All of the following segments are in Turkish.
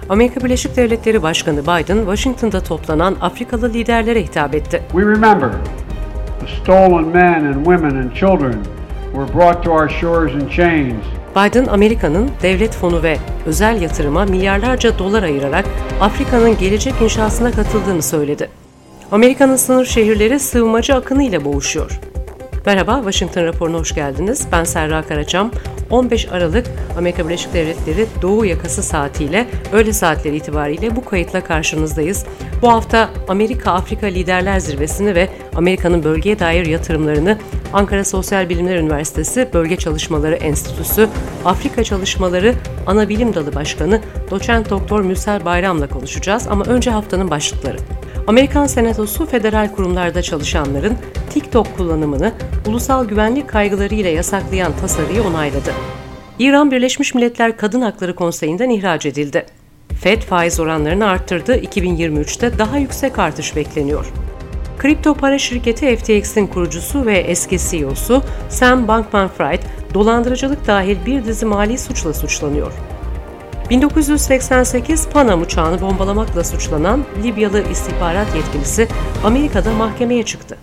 Amerika Birleşik Devletleri Başkanı Biden, Washington'da toplanan Afrikalı liderlere hitap etti. We remember the stolen men and women and children were brought to our shores in chains. Biden, Amerika'nın devlet fonu ve özel yatırıma milyarlarca dolar ayırarak Afrika'nın gelecek inşasına katıldığını söyledi. Amerika'nın sınır şehirleri sığınmacı akınıyla boğuşuyor. Merhaba, Washington raporuna hoş geldiniz. Ben Serra Karaçam. 15 Aralık Amerika Birleşik Devletleri Doğu Yakası saatiyle, öğle saatleri itibariyle bu kayıtla karşınızdayız. Bu hafta Amerika-Afrika Liderler Zirvesi'ni ve Amerika'nın bölgeye dair yatırımlarını Ankara Sosyal Bilimler Üniversitesi Bölge Çalışmaları Enstitüsü Afrika Çalışmaları Anabilim Dalı Başkanı Doçent Doktor Mürsel Bayram'la konuşacağız ama önce haftanın başlıkları. Amerikan Senatosu federal kurumlarda çalışanların TikTok kullanımını ulusal güvenlik kaygılarıyla yasaklayan tasarıyı onayladı. İran Birleşmiş Milletler Kadın Hakları Konseyi'nden ihraç edildi. Fed faiz oranlarını arttırdı, 2023'te daha yüksek artış bekleniyor. Kripto para şirketi FTX'in kurucusu ve eski CEO'su Sam Bankman-Fried, dolandırıcılık dahil bir dizi mali suçla suçlanıyor. 1988 Panam uçağını bombalamakla suçlanan Libyalı istihbarat yetkilisi Amerika'da mahkemeye çıktı.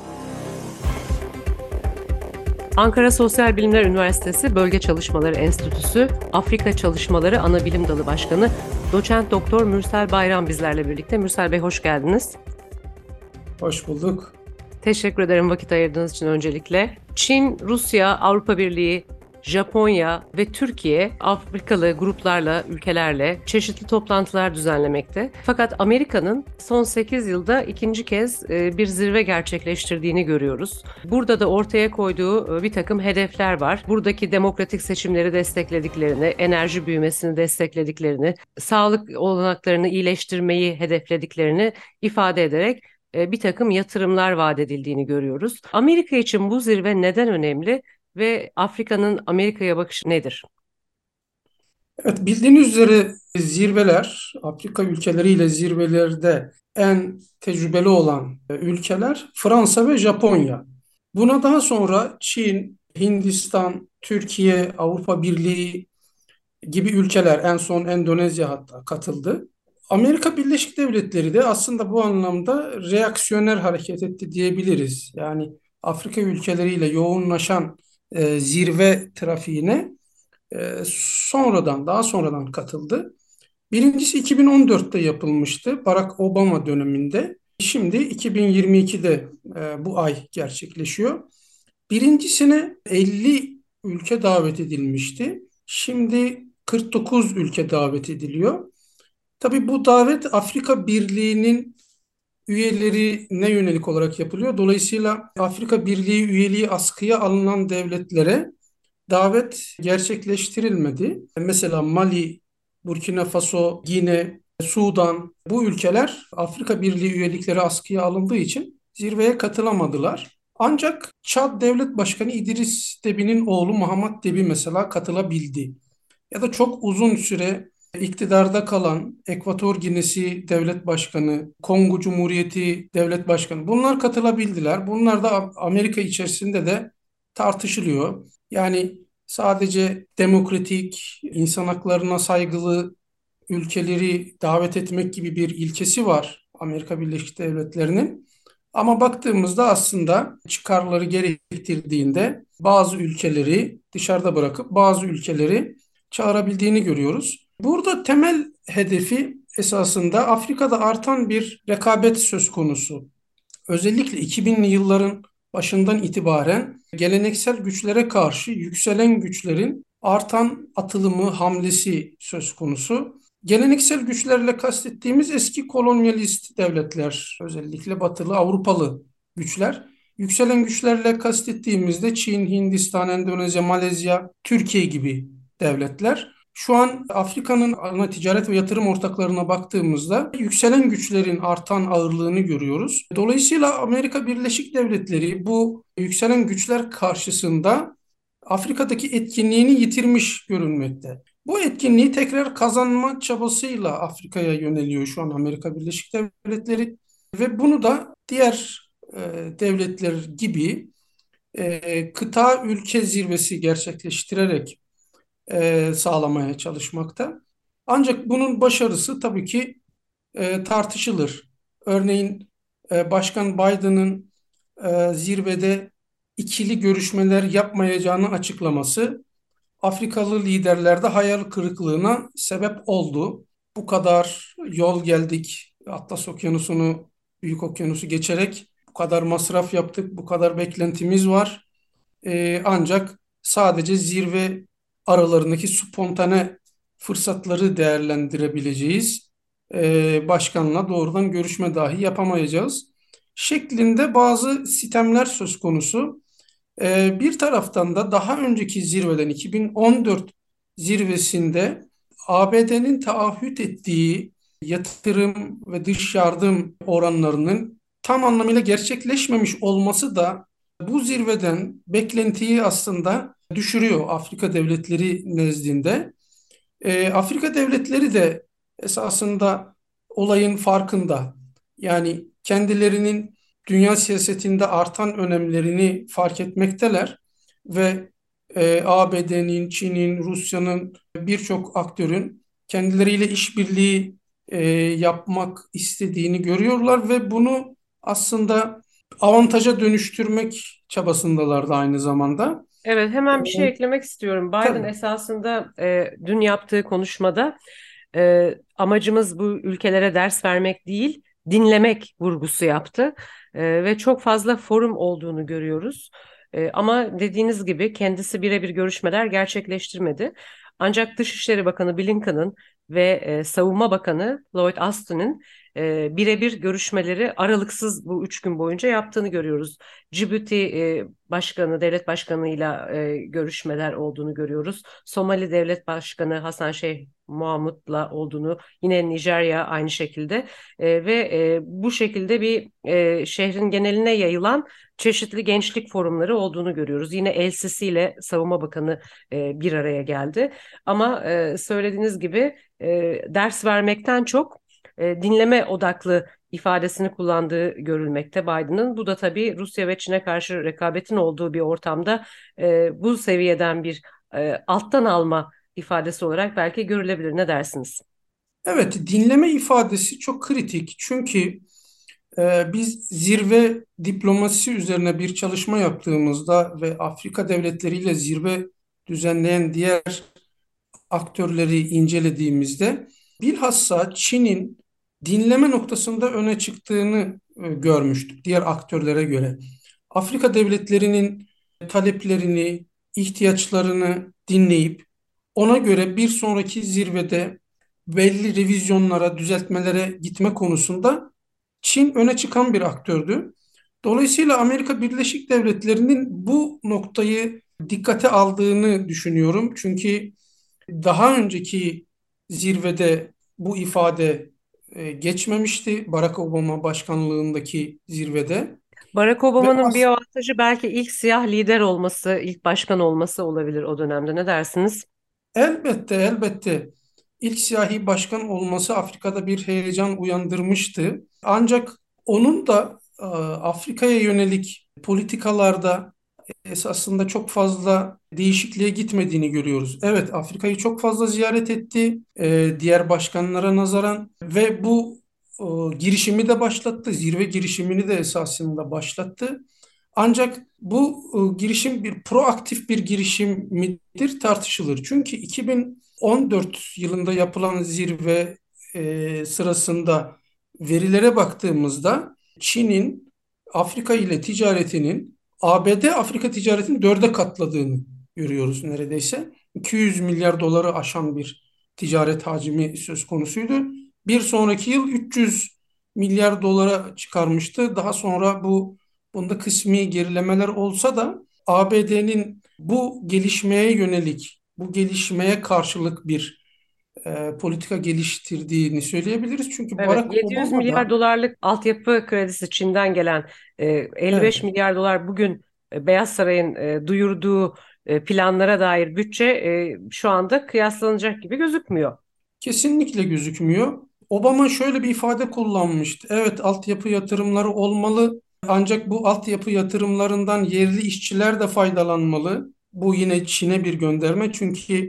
Ankara Sosyal Bilimler Üniversitesi Bölge Çalışmaları Enstitüsü Afrika Çalışmaları Anabilim Dalı Başkanı Doçent Doktor Mürsel Bayram bizlerle birlikte. Mürsel Bey, hoş geldiniz. Hoş bulduk. Teşekkür ederim vakit ayırdığınız için öncelikle. Çin, Rusya, Avrupa Birliği, Japonya ve Türkiye Afrikalı gruplarla, ülkelerle çeşitli toplantılar düzenlemekte. Fakat Amerika'nın son 8 yılda ikinci kez bir zirve gerçekleştirdiğini görüyoruz. Burada da ortaya koyduğu bir takım hedefler var. Buradaki demokratik seçimleri desteklediklerini, enerji büyümesini desteklediklerini, sağlık olanaklarını iyileştirmeyi hedeflediklerini ifade ederek bir takım yatırımlar vaat edildiğini görüyoruz. Amerika için bu zirve neden önemli ve Afrika'nın Amerika'ya bakışı nedir? Evet, bildiğiniz üzere zirveler, Afrika ülkeleriyle zirvelerde en tecrübeli olan ülkeler Fransa ve Japonya. Buna daha sonra Çin, Hindistan, Türkiye, Avrupa Birliği gibi ülkeler, en son Endonezya hatta katıldı. Amerika Birleşik Devletleri de aslında bu anlamda reaksiyoner hareket etti diyebiliriz. Yani Afrika ülkeleriyle yoğunlaşan zirve trafiğine daha sonradan katıldı. Birincisi 2014'te yapılmıştı, Barack Obama döneminde. Şimdi 2022'de bu ay gerçekleşiyor. Birincisine 50 ülke davet edilmişti. Şimdi 49 ülke davet ediliyor. Tabii bu davet Afrika Birliği'nin üyelerine yönelik olarak yapılıyor. Dolayısıyla Afrika Birliği üyeliği askıya alınan devletlere davet gerçekleştirilmedi. Mesela Mali, Burkina Faso, Gine, Sudan, bu ülkeler Afrika Birliği üyelikleri askıya alındığı için zirveye katılamadılar. Ancak Çad Devlet Başkanı İdris Deby'nin oğlu Muhammed Deby mesela katılabildi. Ya da çok uzun süre iktidarda kalan Ekvator Ginesi Devlet Başkanı, Kongo Cumhuriyeti Devlet Başkanı, bunlar katılabildiler. Bunlar da Amerika içerisinde de tartışılıyor. Yani sadece demokratik, insan haklarına saygılı ülkeleri davet etmek gibi bir ilkesi var Amerika Birleşik Devletleri'nin. Ama baktığımızda aslında çıkarları gerektirdiğinde bazı ülkeleri dışarıda bırakıp bazı ülkeleri çağırabildiğini görüyoruz. Burada temel hedefi esasında Afrika'da artan bir rekabet söz konusu. Özellikle 2000'li yılların başından itibaren geleneksel güçlere karşı yükselen güçlerin artan atılımı, hamlesi söz konusu. Geleneksel güçlerle kastettiğimiz eski kolonyalist devletler, özellikle batılı Avrupalı güçler. Yükselen güçlerle kastettiğimizde Çin, Hindistan, Endonezya, Malezya, Türkiye gibi devletler. Şu an Afrika'nın ana ticaret ve yatırım ortaklarına baktığımızda yükselen güçlerin artan ağırlığını görüyoruz. Dolayısıyla Amerika Birleşik Devletleri bu yükselen güçler karşısında Afrika'daki etkinliğini yitirmiş görünmekte. Bu etkinliği tekrar kazanma çabasıyla Afrika'ya yöneliyor şu an Amerika Birleşik Devletleri ve bunu da diğer devletler gibi kıta ülke zirvesi gerçekleştirerek sağlamaya çalışmakta. Ancak bunun başarısı tabii ki tartışılır. Örneğin Başkan Biden'ın zirvede ikili görüşmeler yapmayacağını açıklaması Afrikalı liderlerde hayal kırıklığına sebep oldu. Bu kadar yol geldik, Atlas Okyanusu'nu, Büyük Okyanusu geçerek bu kadar masraf yaptık, bu kadar beklentimiz var. Ancak sadece zirve aralarındaki spontane fırsatları değerlendirebileceğiz. Başkanla doğrudan görüşme dahi yapamayacağız. Şeklinde bazı sitemler söz konusu. Bir taraftan da daha önceki zirveden 2014 zirvesinde ABD'nin taahhüt ettiği yatırım ve dış yardım oranlarının tam anlamıyla gerçekleşmemiş olması da bu zirveden beklentiyi aslında düşürüyor Afrika devletleri nezdinde. Afrika devletleri de esasında olayın farkında. Yani kendilerinin dünya siyasetinde artan önemlerini fark etmekteler ve ABD'nin, Çin'in, Rusya'nın birçok aktörün kendileriyle işbirliği yapmak istediğini görüyorlar ve bunu aslında avantaja dönüştürmek çabasındalar da aynı zamanda. Evet, hemen bir şey eklemek istiyorum. Biden Tabii. esasında dün yaptığı konuşmada amacımız bu ülkelere ders vermek değil, dinlemek vurgusu yaptı. Ve çok fazla forum olduğunu görüyoruz. Ama dediğiniz gibi kendisi birebir görüşmeler gerçekleştirmedi. Ancak Dışişleri Bakanı Blinken'ın ve Savunma Bakanı Lloyd Austin'in birebir görüşmeleri aralıksız bu 3 gün boyunca yaptığını görüyoruz. Cibuti Başkanı, Devlet Başkanı'yla görüşmeler olduğunu görüyoruz. Somali Devlet Başkanı Hasan Şeyh Mohamud'la olduğunu, yine Nijerya aynı şekilde ve bu şekilde bir şehrin geneline yayılan çeşitli gençlik forumları olduğunu görüyoruz. Yine El-Sisi ile Savunma Bakanı bir araya geldi. Ama söylediğiniz gibi ders vermekten çok dinleme odaklı ifadesini kullandığı görülmekte Biden'ın. Bu da tabii Rusya ve Çin'e karşı rekabetin olduğu bir ortamda bu seviyeden bir alttan alma ifadesi olarak belki görülebilir. Ne dersiniz? Evet, dinleme ifadesi çok kritik. Çünkü biz zirve diplomasisi üzerine bir çalışma yaptığımızda ve Afrika devletleriyle zirve düzenleyen diğer aktörleri incelediğimizde bilhassa Çin'in dinleme noktasında öne çıktığını görmüştük diğer aktörlere göre. Afrika devletlerinin taleplerini, ihtiyaçlarını dinleyip ona göre bir sonraki zirvede belli revizyonlara, düzeltmelere gitme konusunda Çin öne çıkan bir aktördü. Dolayısıyla Amerika Birleşik Devletleri'nin bu noktayı dikkate aldığını düşünüyorum. Çünkü daha önceki zirvede bu ifade geçmemişti. Barack Obama başkanlığındaki zirvede Barack ve Obama'nın bir avantajı belki ilk siyah lider olması, ilk başkan olması olabilir o dönemde. Ne dersiniz? elbette ilk siyahi başkan olması Afrika'da bir heyecan uyandırmıştı. Ancak onun da Afrika'ya yönelik politikalarda esasında çok fazla değişikliğe gitmediğini görüyoruz. Evet, Afrika'yı çok fazla ziyaret etti diğer başkanlara nazaran ve bu girişimi de başlattı. Zirve girişimini de esasında başlattı. Ancak bu girişim bir proaktif bir girişim midir tartışılır. Çünkü 2014 yılında yapılan zirve sırasında verilere baktığımızda Çin'in Afrika ile ticaretinin ABD Afrika ticaretini dörde katladığını görüyoruz neredeyse. 200 milyar doları aşan bir ticaret hacmi söz konusuydu. Bir sonraki yıl 300 milyar dolara çıkarmıştı. Daha sonra bunda kısmi gerilemeler olsa da ABD'nin bu gelişmeye yönelik, bu gelişmeye karşılık bir politika geliştirdiğini söyleyebiliriz. Çünkü Evet, Barack 700 Obama milyar da dolarlık altyapı kredisi Çin'den gelen 55 evet, milyar dolar bugün Beyaz Saray'ın duyurduğu planlara dair bütçe şu anda kıyaslanacak gibi gözükmüyor. kesinlikle gözükmüyor. Obama şöyle bir ifade kullanmıştı. Evet, altyapı yatırımları olmalı. Ancak bu altyapı yatırımlarından yerli işçiler de faydalanmalı. Bu yine Çin'e bir gönderme. Çünkü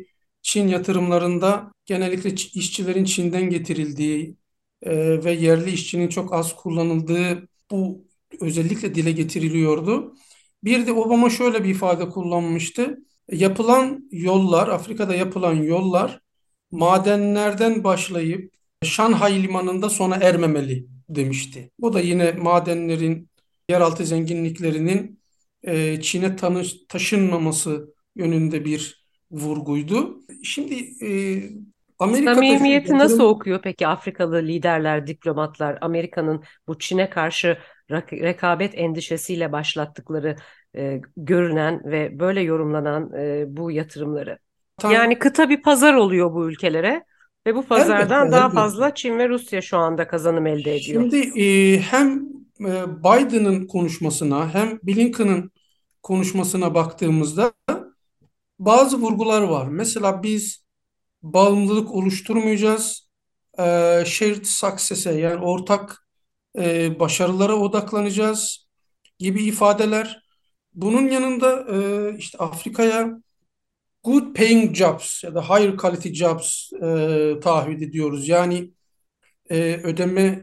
Çin yatırımlarında genellikle işçilerin Çin'den getirildiği ve yerli işçinin çok az kullanıldığı bu özellikle dile getiriliyordu. Bir de Obama şöyle bir ifade kullanmıştı. Yapılan yollar, Afrika'da yapılan yollar madenlerden başlayıp Şanghay limanında sona ermemeli demişti. Bu da yine madenlerin, yeraltı zenginliklerinin Çin'e taşınmaması yönünde bir vurguydu. Şimdi Amerika'daki Samimiyeti nasıl yatırım okuyor peki Afrikalı liderler, diplomatlar, Amerika'nın bu Çin'e karşı rekabet endişesiyle başlattıkları görünen ve böyle yorumlanan bu yatırımları? tan Yani kıta bir pazar oluyor bu ülkelere ve bu elbette pazardan daha elbette. fazla Çin ve Rusya şu anda kazanım elde ediyor. Şimdi hem Biden'ın konuşmasına hem Blinken'ın konuşmasına baktığımızda bazı vurgular var. Mesela biz bağımlılık oluşturmayacağız. Shared success'e yani ortak başarılara odaklanacağız gibi ifadeler. Bunun yanında işte Afrika'ya good paying jobs ya da higher quality jobs taahhüt ediyoruz. Yani ödeme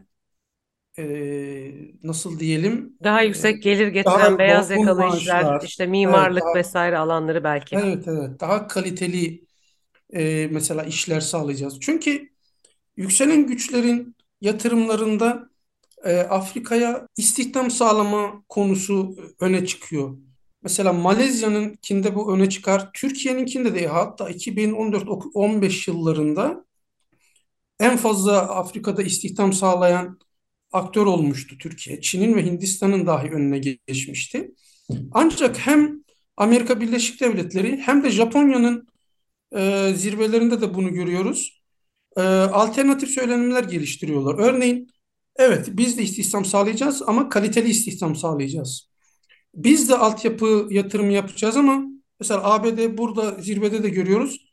nasıl diyelim Daha yüksek gelir daha getiren beyaz olgun yakalı işler, maaşlar, işte evet mimarlık daha vesaire alanları belki. evet daha kaliteli mesela işler sağlayacağız. Çünkü yükselen güçlerin yatırımlarında Afrika'ya istihdam sağlama konusu öne çıkıyor. Mesela Malezya'nınkinde bu öne çıkar. Türkiye'ninkinde de hatta 2014-15 yıllarında en fazla Afrika'da istihdam sağlayan aktör olmuştu Türkiye. Çin'in ve Hindistan'ın dahi önüne geçmişti. Ancak hem Amerika Birleşik Devletleri hem de Japonya'nın zirvelerinde de bunu görüyoruz. Alternatif söylenimler geliştiriyorlar. Örneğin, evet biz de istihdam sağlayacağız ama kaliteli istihdam sağlayacağız. Biz de altyapı yatırımı yapacağız ama mesela ABD burada zirvede de görüyoruz.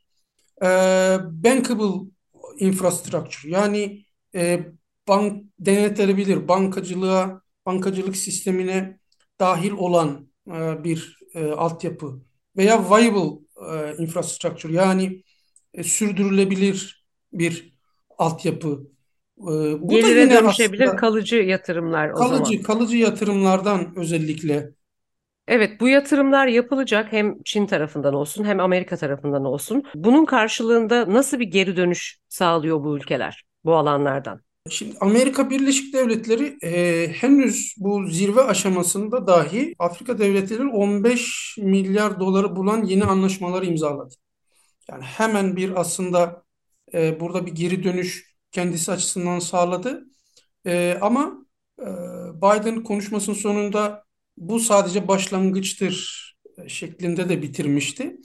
Bankable infrastructure yani denetlenebilir bankacılık sistemine dahil olan bir altyapı veya viable infrastructure yani sürdürülebilir bir altyapı. Bu da Gelire yine dönüşebilir aslında kalıcı yatırımlar o zaman. kalıcı yatırımlardan özellikle. Evet, bu yatırımlar yapılacak hem Çin tarafından olsun hem Amerika tarafından olsun. Bunun karşılığında nasıl bir geri dönüş sağlıyor bu ülkeler bu alanlardan? Şimdi Amerika Birleşik Devletleri henüz bu zirve aşamasında dahi Afrika devletleri 15 milyar doları bulan yeni anlaşmaları imzaladı. Yani hemen bir aslında burada bir geri dönüş kendisi açısından sağladı. Ama e, Biden konuşmasının sonunda bu sadece başlangıçtır şeklinde de bitirmişti.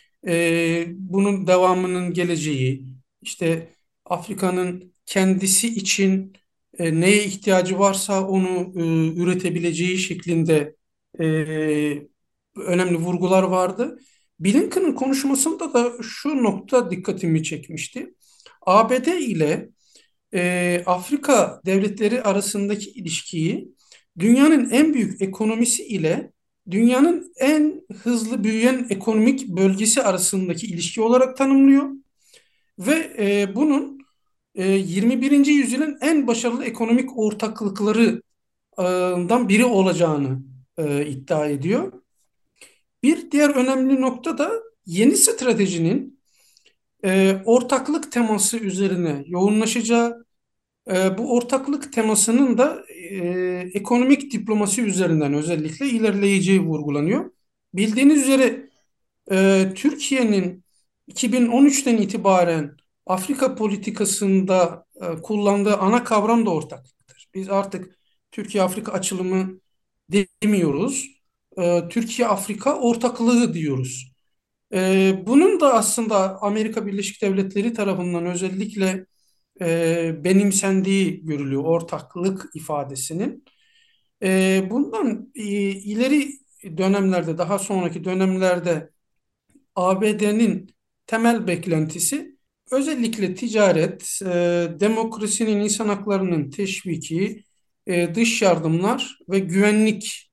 Bunun devamının geleceği, işte Afrika'nın kendisi için neye ihtiyacı varsa onu üretebileceği şeklinde e, önemli vurgular vardı. Blinken'ın konuşmasında da şu nokta dikkatimi çekmişti. ABD ile Afrika devletleri arasındaki ilişkiyi dünyanın en büyük ekonomisi ile dünyanın en hızlı büyüyen ekonomik bölgesi arasındaki ilişki olarak tanımlıyor ve bunun 21. yüzyılın en başarılı ekonomik ortaklıklarından biri olacağını iddia ediyor. Bir diğer önemli nokta da yeni stratejinin ortaklık teması üzerine yoğunlaşacağı. Bu ortaklık temasının da ekonomik diplomasi üzerinden özellikle ilerleyeceği vurgulanıyor. Bildiğiniz üzere Türkiye'nin 2013'ten itibaren Afrika politikasında kullandığı ana kavram da ortaklıktır. Biz artık Türkiye-Afrika açılımı demiyoruz. Türkiye-Afrika ortaklığı diyoruz. Bunun da aslında Amerika Birleşik Devletleri tarafından özellikle benimsendiği görülüyor ortaklık ifadesinin. Bundan ileri dönemlerde, daha sonraki dönemlerde ABD'nin temel beklentisi özellikle ticaret, demokrasinin, insan haklarının teşviki, dış yardımlar ve güvenlik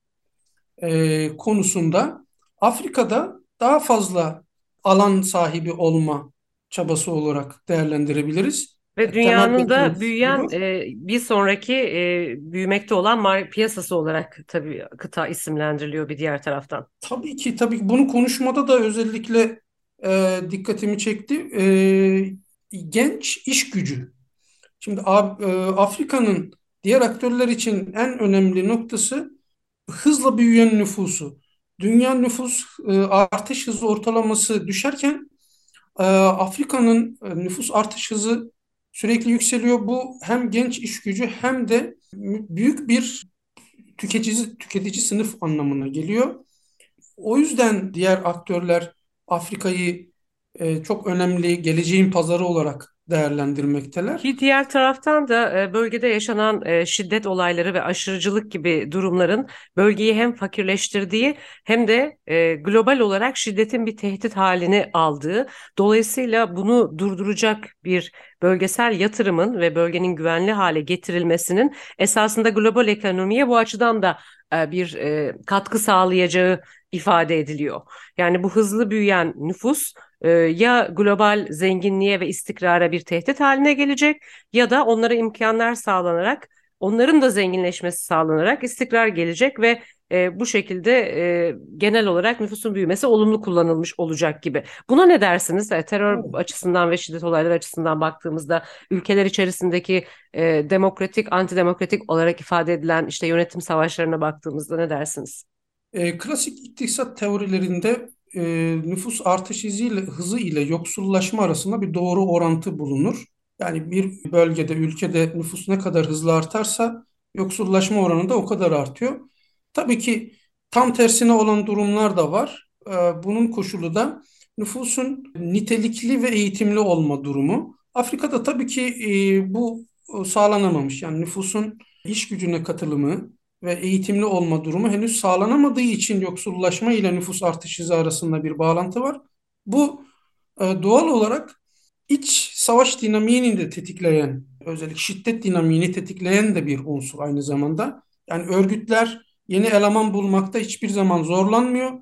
konusunda Afrika'da daha fazla alan sahibi olma çabası olarak değerlendirebiliriz. Ve Temel dünyanın da beklentisi büyüyen budur. bir sonraki büyümekte olan piyasası olarak tabii kıta isimlendiriliyor bir diğer taraftan. Tabii ki bunu konuşmada da özellikle dikkatimi çekti. Genç iş gücü. Şimdi Afrika'nın diğer aktörler için en önemli noktası hızla büyüyen nüfusu. Dünya nüfus artış hızı ortalaması düşerken Afrika'nın nüfus artış hızı sürekli yükseliyor. Bu hem genç iş gücü hem de büyük bir tüketici sınıf anlamına geliyor. O yüzden diğer aktörler Afrika'yı çok önemli geleceğin pazarı olarak değerlendirmekteler. Bir diğer taraftan da bölgede yaşanan şiddet olayları ve aşırıcılık gibi durumların bölgeyi hem fakirleştirdiği hem de global olarak şiddetin bir tehdit halini aldığı, dolayısıyla bunu durduracak bir bölgesel yatırımın ve bölgenin güvenli hale getirilmesinin esasında global ekonomiye bu açıdan da bir katkı sağlayacağı ifade ediliyor. Yani bu hızlı büyüyen nüfus ya global zenginliğe ve istikrara bir tehdit haline gelecek ya da onlara imkanlar sağlanarak, onların da zenginleşmesi sağlanarak istikrar gelecek ve bu şekilde genel olarak nüfusun büyümesi olumlu kullanılmış olacak gibi. Buna ne dersiniz? Terör açısından ve şiddet olayları açısından baktığımızda ülkeler içerisindeki demokratik, antidemokratik olarak ifade edilen işte yönetim savaşlarına baktığımızda ne dersiniz? Klasik iktisat teorilerinde nüfus artış hızı ile yoksullaşma arasında bir doğru orantı bulunur. Yani bir bölgede, ülkede nüfus ne kadar hızlı artarsa yoksullaşma oranı da o kadar artıyor. Tabii ki tam tersine olan durumlar da var. Bunun koşulu da nüfusun nitelikli ve eğitimli olma durumu. Afrika'da tabii ki bu sağlanamamış. Yani nüfusun iş gücüne katılımı ve eğitimli olma durumu henüz sağlanamadığı için yoksullaşma ile nüfus artış hızı arasında bir bağlantı var. Bu doğal olarak iç savaş dinamiğini de tetikleyen, özellikle şiddet dinamiğini tetikleyen de bir unsur aynı zamanda. Yani örgütler yeni eleman bulmakta hiçbir zaman zorlanmıyor.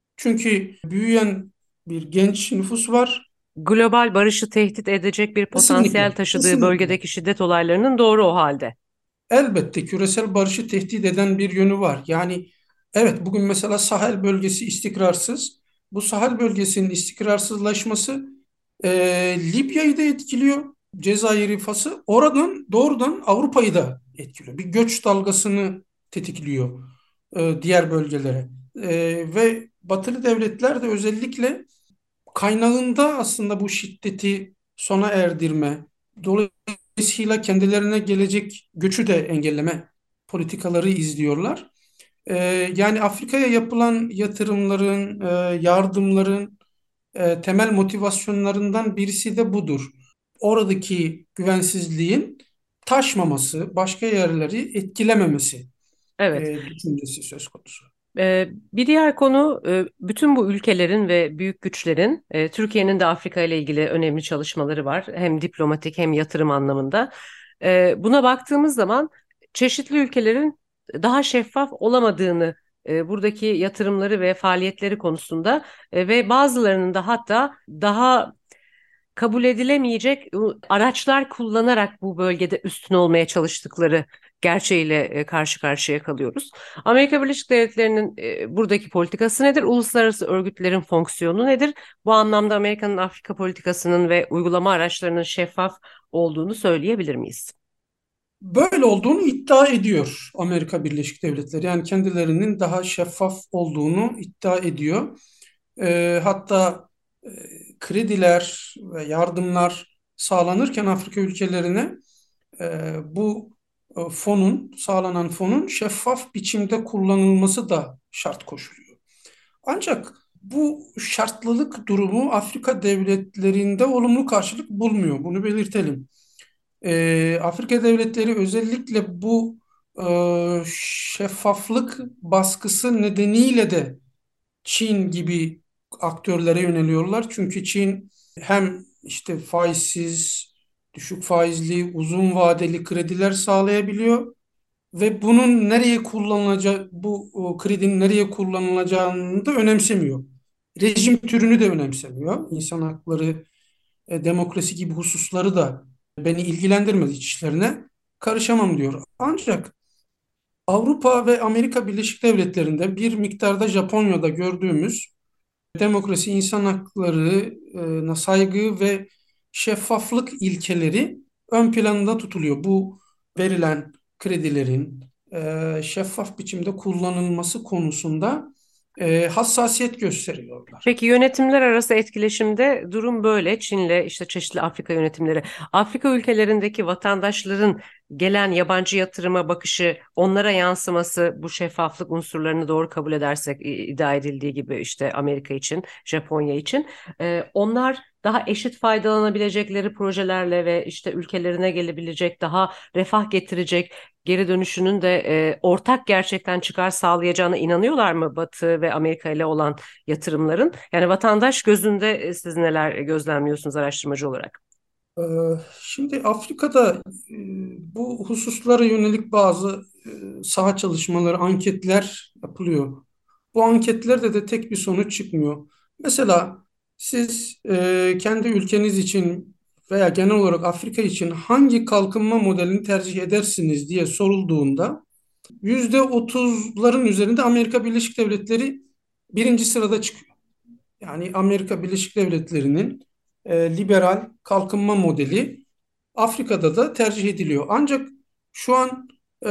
Çünkü büyüyen bir genç nüfus var. Global barışı tehdit edecek bir potansiyel Kesinlikle, taşıdığı kesinlikle. bölgedeki şiddet olaylarının doğru o halde. Elbette küresel barışı tehdit eden bir yönü var. Yani evet, bugün mesela Sahel bölgesi istikrarsız. Bu Sahel bölgesinin istikrarsızlaşması Libya'yı da etkiliyor. Cezayir'i, Fas'ı. Oradan doğrudan Avrupa'yı da etkiliyor. Bir göç dalgasını tetikliyor diğer bölgelere. Ve Batılı devletler de özellikle kaynağında aslında bu şiddeti sona erdirme, dolayısıyla kendilerine gelecek göçü de engelleme politikaları izliyorlar. Yani Afrika'ya yapılan yatırımların, yardımların temel motivasyonlarından birisi de budur. Oradaki güvensizliğin taşmaması, başka yerleri etkilememesi Evet. düşüncesi söz konusu. Bir diğer konu bütün bu ülkelerin ve büyük güçlerin Türkiye'nin de Afrika ile ilgili önemli çalışmaları var. Hem diplomatik hem yatırım anlamında. Buna baktığımız zaman çeşitli ülkelerin daha şeffaf olamadığını buradaki yatırımları ve faaliyetleri konusunda ve bazılarının da hatta daha kabul edilemeyecek araçlar kullanarak bu bölgede üstün olmaya çalıştıkları gerçeğiyle karşı karşıya kalıyoruz. Amerika Birleşik Devletleri'nin buradaki politikası nedir? Uluslararası örgütlerin fonksiyonu nedir? Bu anlamda Amerika'nın Afrika politikasının ve uygulama araçlarının şeffaf olduğunu söyleyebilir miyiz? Böyle olduğunu iddia ediyor Amerika Birleşik Devletleri. Yani kendilerinin daha şeffaf olduğunu iddia ediyor. Hatta e, krediler ve yardımlar sağlanırken Afrika ülkelerine bu sağlanan fonun şeffaf biçimde kullanılması da şart koşuluyor. Ancak bu şartlılık durumu Afrika devletlerinde olumlu karşılık bulmuyor. Bunu belirtelim. Afrika devletleri özellikle bu şeffaflık baskısı nedeniyle de Çin gibi aktörlere yöneliyorlar. Çünkü Çin hem işte faizsiz, düşük faizli, uzun vadeli krediler sağlayabiliyor ve bunun nereye kullanılacağı, bu kredinin nereye kullanılacağını da önemsemiyor. Rejim türünü de önemsemiyor. İnsan hakları demokrasi gibi hususları da beni ilgilendirmez, iç işlerine karışamam diyor. Ancak Avrupa ve Amerika Birleşik Devletleri'nde bir miktarda Japonya'da gördüğümüz demokrasi, insan haklarına saygı ve şeffaflık ilkeleri ön planda tutuluyor. Bu verilen kredilerin şeffaf biçimde kullanılması konusunda hassasiyet gösteriyorlar. Peki yönetimler arası etkileşimde durum böyle. Çin'le işte çeşitli Afrika yönetimleri. Afrika ülkelerindeki vatandaşların gelen yabancı yatırıma bakışı, onlara yansıması bu şeffaflık unsurlarını doğru kabul edersek iddia edildiği gibi işte Amerika için, Japonya için onlar daha eşit faydalanabilecekleri projelerle ve işte ülkelerine gelebilecek daha refah getirecek geri dönüşünün de ortak gerçekten çıkar sağlayacağına inanıyorlar mı Batı ve Amerika ile olan yatırımların? Yani vatandaş gözünde siz neler gözlemliyorsunuz araştırmacı olarak? Ee, Şimdi Afrika'da bu hususlara yönelik bazı saha çalışmaları, anketler yapılıyor. Bu anketlerde de tek bir sonuç çıkmıyor. Mesela siz kendi ülkeniz için veya genel olarak Afrika için hangi kalkınma modelini tercih edersiniz diye sorulduğunda %30'ların üzerinde Amerika Birleşik Devletleri birinci sırada çıkıyor. Yani Amerika Birleşik Devletleri'nin liberal kalkınma modeli Afrika'da da tercih ediliyor. Ancak şu an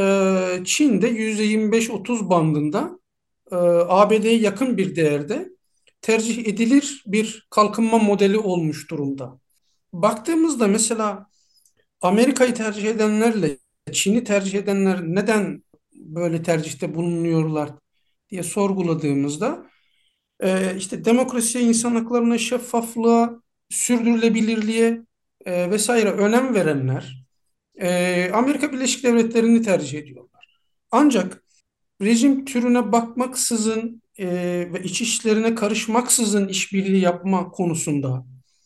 Çin'de %25-30 bandında ABD'ye yakın bir değerde tercih edilir bir kalkınma modeli olmuş durumda. Baktığımızda mesela Amerika'yı tercih edenlerle Çin'i tercih edenler neden böyle tercihte bulunuyorlar diye sorguladığımızda işte demokrasiye, insan haklarına, şeffaflığa, sürdürülebilirliğe vesaire önem verenler Amerika Birleşik Devletleri'ni tercih ediyorlar. Ancak rejim türüne bakmaksızın ve iç işlerine karışmaksızın işbirliği yapma konusunda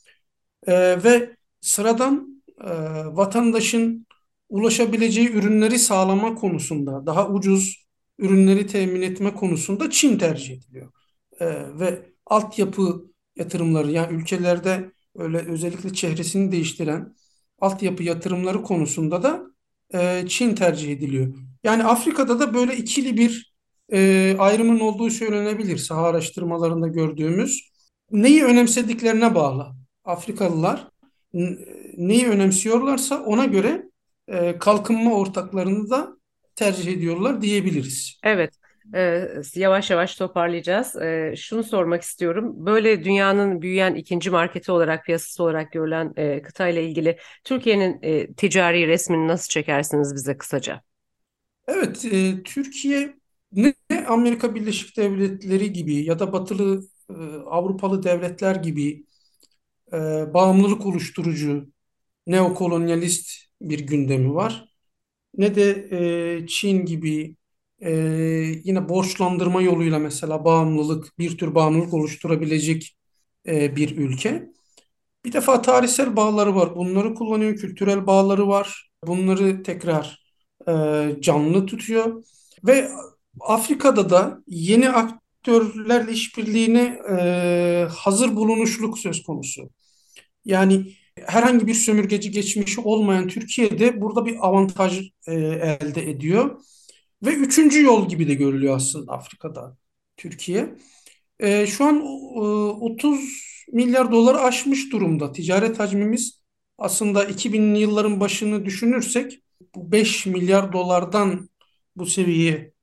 ve sıradan vatandaşın ulaşabileceği ürünleri sağlama konusunda, daha ucuz ürünleri temin etme konusunda Çin tercih ediliyor. Ve altyapı yatırımları, yani ülkelerde öyle özellikle çehresini değiştiren altyapı yatırımları konusunda da Çin tercih ediliyor. Yani Afrika'da da böyle ikili bir ayrımın olduğu söylenebilir saha araştırmalarında gördüğümüz. Neyi önemsediklerine bağlı. Afrikalılar neyi önemsiyorlarsa ona göre kalkınma ortaklarını da tercih ediyorlar diyebiliriz. Evet, yavaş yavaş toparlayacağız. Şunu sormak istiyorum. Böyle dünyanın büyüyen ikinci marketi olarak, piyasası olarak görülen kıtayla ilgili Türkiye'nin ticari resmini nasıl çekersiniz bize kısaca? Evet, Türkiye ne Amerika Birleşik Devletleri gibi ya da batılı Avrupalı devletler gibi e, bağımlılık oluşturucu, neokolonyalist bir gündemi var. Ne de Çin gibi e, yine borçlandırma yoluyla mesela bağımlılık, bir tür bağımlılık oluşturabilecek bir ülke. Bir defa tarihsel bağları var. Bunları kullanıyor. Kültürel bağları var. Bunları tekrar canlı tutuyor. Ve Afrika'da da yeni aktörlerle işbirliğine hazır bulunuşluk söz konusu. Yani herhangi bir sömürgeci geçmişi olmayan Türkiye'de burada bir avantaj elde ediyor. Ve üçüncü yol gibi de görülüyor aslında Afrika'da Türkiye. Şu an 30 milyar doları aşmış durumda. Ticaret hacmimiz aslında 2000'li yılların başını düşünürsek bu 5 milyar dolardan bu seviyeye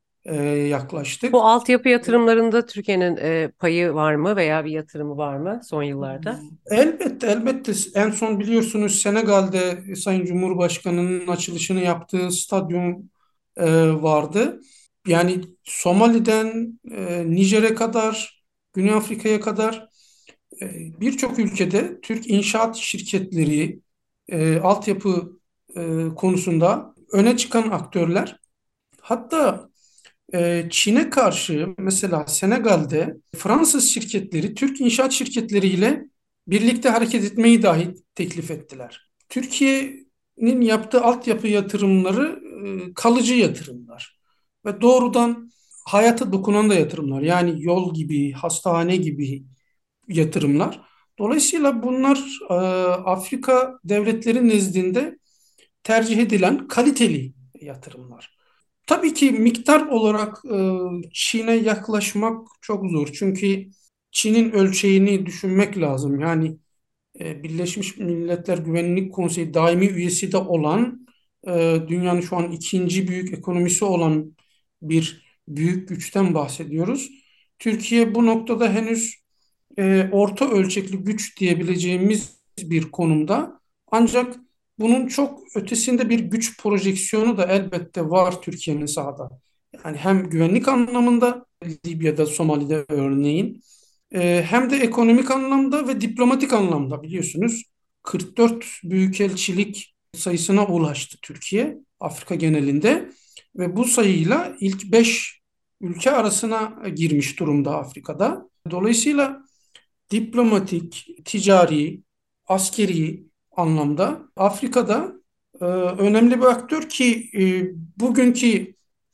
Bu yaklaştık. altyapı yatırımlarında Türkiye'nin payı var mı veya bir yatırımı var mı son yıllarda? Elbette, elbette. En son biliyorsunuz Senegal'de Sayın Cumhurbaşkanı'nın açılışını yaptığı stadyum vardı. Yani Somali'den Nijer'e kadar, Güney Afrika'ya kadar birçok ülkede Türk inşaat şirketleri altyapı konusunda öne çıkan aktörler. Hatta Çin'e karşı mesela Senegal'de Fransız şirketleri Türk inşaat şirketleriyle birlikte hareket etmeyi dahi teklif ettiler. Türkiye'nin yaptığı altyapı yatırımları kalıcı yatırımlar ve doğrudan hayata dokunan da yatırımlar. Yani yol gibi, hastane gibi yatırımlar. Dolayısıyla bunlar Afrika devletleri nezdinde tercih edilen kaliteli yatırımlar. Tabii ki miktar olarak Çin'e yaklaşmak çok zor. Çünkü Çin'in ölçeğini düşünmek lazım. Yani Birleşmiş Milletler Güvenlik Konseyi daimi üyesi de olan, dünyanın şu an ikinci büyük ekonomisi olan bir büyük güçten bahsediyoruz. Türkiye bu noktada henüz orta ölçekli güç diyebileceğimiz bir konumda. Ancak bunun çok ötesinde bir güç projeksiyonu da elbette var Türkiye'nin sahada. Yani hem güvenlik anlamında Libya'da, Somali'de örneğin, hem de ekonomik anlamda ve diplomatik anlamda biliyorsunuz 44 büyükelçilik sayısına ulaştı Türkiye Afrika genelinde ve bu sayıyla ilk 5 ülke arasına girmiş durumda Afrika'da. Dolayısıyla diplomatik, ticari, askeri anlamda Afrika'da önemli bir aktör ki bugünkü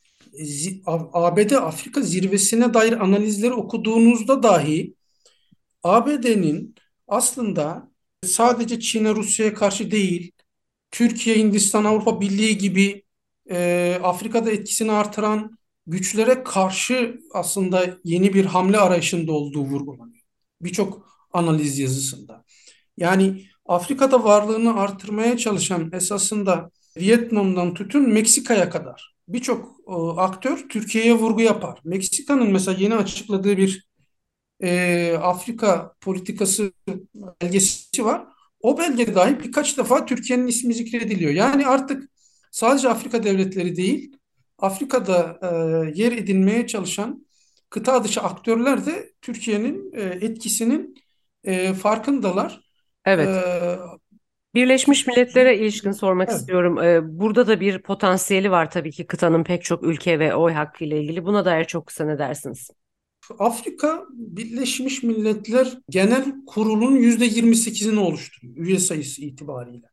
ABD-Afrika zirvesine dair analizleri okuduğunuzda dahi ABD'nin aslında sadece Çin'e, Rusya'ya karşı değil, Türkiye, Hindistan, Avrupa Birliği gibi Afrika'da etkisini artıran güçlere karşı aslında yeni bir hamle arayışında olduğu vurgulanıyor. Birçok analiz yazısında. Yani Afrika'da varlığını artırmaya çalışan esasında Vietnam'dan tutun Meksika'ya kadar birçok aktör Türkiye'ye vurgu yapar. Meksika'nın mesela yeni açıkladığı bir Afrika politikası belgesi var. O belgede dahi birkaç defa Türkiye'nin ismi zikrediliyor. Yani artık sadece Afrika devletleri değil, Afrika'da yer edinmeye çalışan kıta dışı aktörler de Türkiye'nin etkisinin farkındalar. E, Evet. Birleşmiş Milletler'e ilişkin sormak evet. istiyorum. Burada da bir potansiyeli var tabii ki kıtanın pek çok ülke ve oy hakkı ile ilgili. Buna dair çok kısa ne dersiniz? Afrika Birleşmiş Milletler Genel Kurulu'nun %28'ini oluşturuyor üye sayısı itibariyle.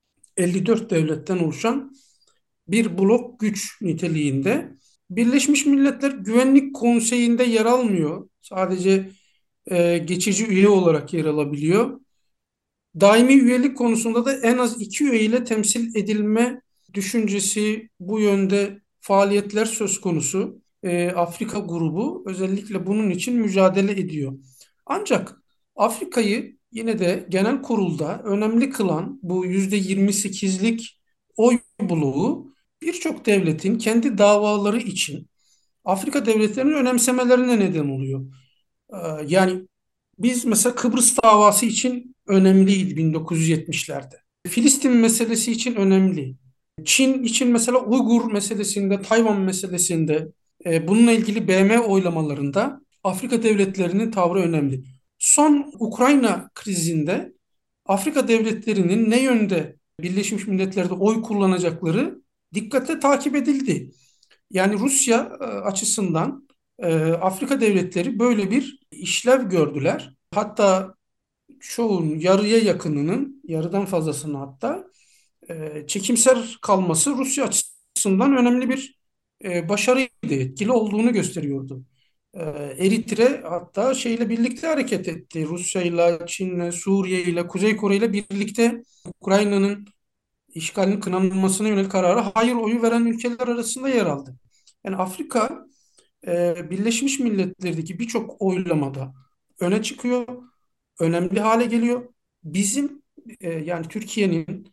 54 devletten oluşan bir blok güç niteliğinde. Birleşmiş Milletler Güvenlik Konseyi'nde yer almıyor. Sadece geçici üye olarak yer alabiliyor. Daimi üyelik konusunda da en az iki üye ile temsil edilme düşüncesi, bu yönde faaliyetler söz konusu. Afrika grubu özellikle bunun için mücadele ediyor. Ancak Afrika'yı yine de genel kurulda önemli kılan bu %28'lik oy bloğu birçok devletin kendi davaları için Afrika devletlerinin önemsemelerine neden oluyor. Yani biz mesela Kıbrıs davası için önemliydi 1970'lerde. Filistin meselesi için önemli. Çin için mesela Uygur meselesinde, Tayvan meselesinde, bununla ilgili BM oylamalarında Afrika devletlerinin tavrı önemli. Son Ukrayna krizinde Afrika devletlerinin ne yönde Birleşmiş Milletler'de oy kullanacakları dikkatle takip edildi. Yani Rusya açısından Afrika devletleri böyle bir işlev gördüler. Hatta çoğun yarıya yakınının, yarıdan fazlasının hatta çekimser kalması Rusya açısından önemli bir başarıydı, etkili olduğunu gösteriyordu. E, Eritre hatta şeyle birlikte hareket etti. Rusya ile, Çin'le, Suriye ile, Kuzey Kore ile birlikte Ukrayna'nın işgalin kınanılmasına yönelik karara hayır oyu veren ülkeler arasında yer aldı. Yani Afrika Birleşmiş Milletler'deki birçok oylamada öne çıkıyor, önemli hale geliyor. Bizim yani Türkiye'nin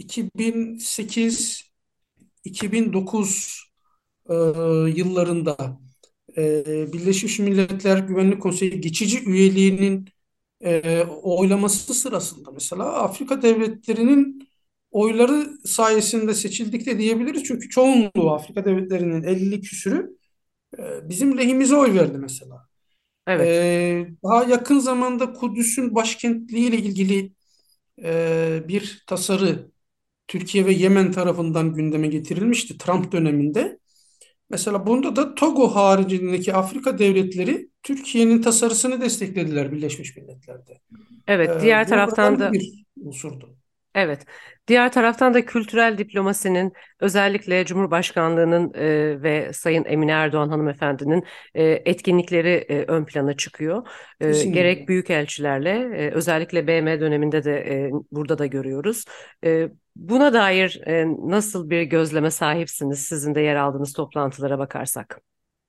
2008-2009 e, yıllarında Birleşmiş Milletler Güvenlik Konseyi geçici üyeliğinin oylaması sırasında mesela Afrika devletlerinin oyları sayesinde seçildik de diyebiliriz. Çünkü çoğunluğu Afrika devletlerinin 50 küsürü bizim lehimize oy verdi mesela. Evet. Daha yakın zamanda Kudüs'ün başkentliği ile ilgili bir tasarı Türkiye ve Yemen tarafından gündeme getirilmişti Trump döneminde. Mesela bunda da Togo haricindeki Afrika devletleri Türkiye'nin tasarısını desteklediler Birleşmiş Milletler'de. Evet, diğer Bu taraftan önemli da bir unsurdu. Evet. Diğer taraftan da kültürel diplomasinin özellikle Cumhurbaşkanlığının ve Sayın Emine Erdoğan hanımefendinin etkinlikleri ön plana çıkıyor. Gerek Kesinlikle. büyükelçilerle özellikle BM döneminde de burada da görüyoruz. Buna dair nasıl bir gözleme sahipsiniz sizin de yer aldığınız toplantılara bakarsak?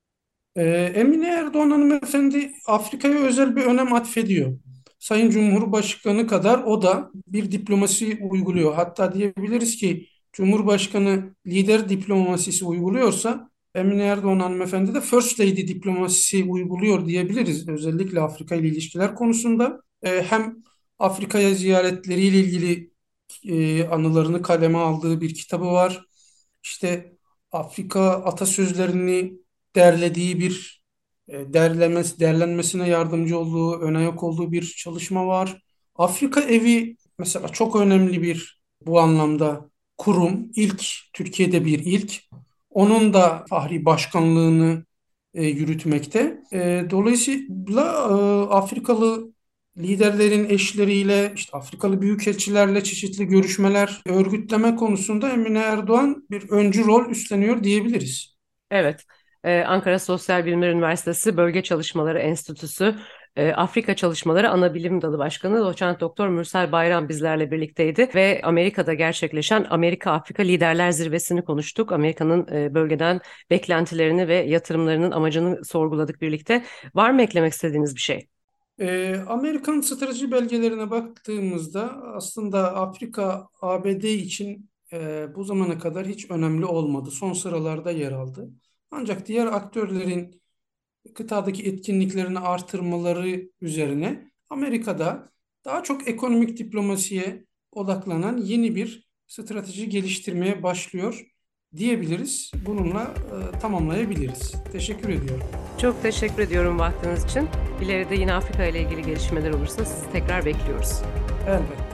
Emine Erdoğan hanımefendi Afrika'ya özel bir önem atfediyor. Sayın Cumhurbaşkanı kadar o da bir diplomasi uyguluyor. Hatta diyebiliriz ki Cumhurbaşkanı lider diplomasisi uyguluyorsa Emine Erdoğan hanımefendi de First Lady diplomasisi uyguluyor diyebiliriz. Özellikle Afrika ile ilişkiler konusunda. Hem Afrika'ya ziyaretleriyle ilgili anılarını kaleme aldığı bir kitabı var. İşte Afrika atasözlerini derlediği bir derlenmesine yardımcı olduğu, ön ayak olduğu bir çalışma var. Afrika Evi mesela çok önemli bir bu anlamda kurum. İlk, Türkiye'de bir ilk. Onun da fahri başkanlığını yürütmekte. Dolayısıyla Afrikalı liderlerin eşleriyle, işte Afrikalı büyükelçilerle çeşitli görüşmeler örgütleme konusunda Emine Erdoğan bir öncü rol üstleniyor diyebiliriz. Evet, Ankara Sosyal Bilimler Üniversitesi Bölge Çalışmaları Enstitüsü Afrika Çalışmaları Anabilim Dalı Başkanı Doçent Doktor Mürsel Bayram bizlerle birlikteydi ve Amerika'da gerçekleşen Amerika-Afrika Liderler Zirvesi'ni konuştuk. Amerika'nın bölgeden beklentilerini ve yatırımlarının amacını sorguladık birlikte. Var mı eklemek istediğiniz bir şey? Amerikan strateji belgelerine baktığımızda aslında Afrika ABD için bu zamana kadar hiç önemli olmadı. Son sıralarda yer aldı. Ancak diğer aktörlerin kıtadaki etkinliklerini artırmaları üzerine Amerika'da daha çok ekonomik diplomasiye odaklanan yeni bir strateji geliştirmeye başlıyor diyebiliriz. Bununla tamamlayabiliriz. Teşekkür ediyorum. Çok teşekkür ediyorum vaktiniz için. İleride yine Afrika ile ilgili gelişmeler olursa sizi tekrar bekliyoruz. Elbette.